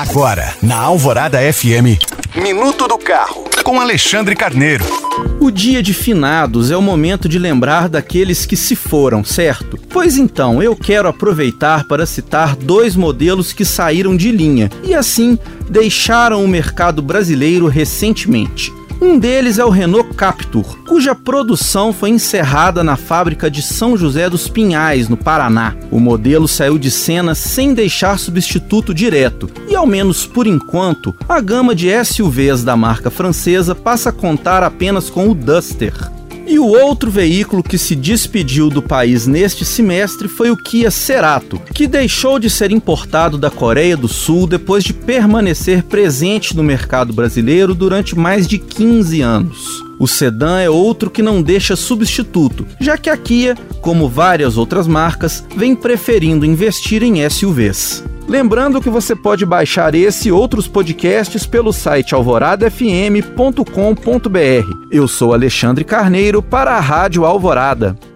Agora, na Alvorada FM, Minuto do Carro, com Alexandre Carneiro. O dia de finados é o momento de lembrar daqueles que se foram, certo? Pois então, eu quero aproveitar para citar 2 modelos que saíram de linha e assim deixaram o mercado brasileiro recentemente. Um deles é o Renault Captur, cuja produção foi encerrada na fábrica de São José dos Pinhais, no Paraná. O modelo saiu de cena sem deixar substituto direto e, ao menos por enquanto, a gama de SUVs da marca francesa passa a contar apenas com o Duster. E o outro veículo que se despediu do país neste semestre foi o Kia Cerato, que deixou de ser importado da Coreia do Sul depois de permanecer presente no mercado brasileiro durante mais de 15 anos. O sedã é outro que não deixa substituto, já que a Kia, como várias outras marcas, vem preferindo investir em SUVs. Lembrando que você pode baixar esse e outros podcasts pelo site alvoradafm.com.br. Eu sou Alexandre Carneiro para a Rádio Alvorada.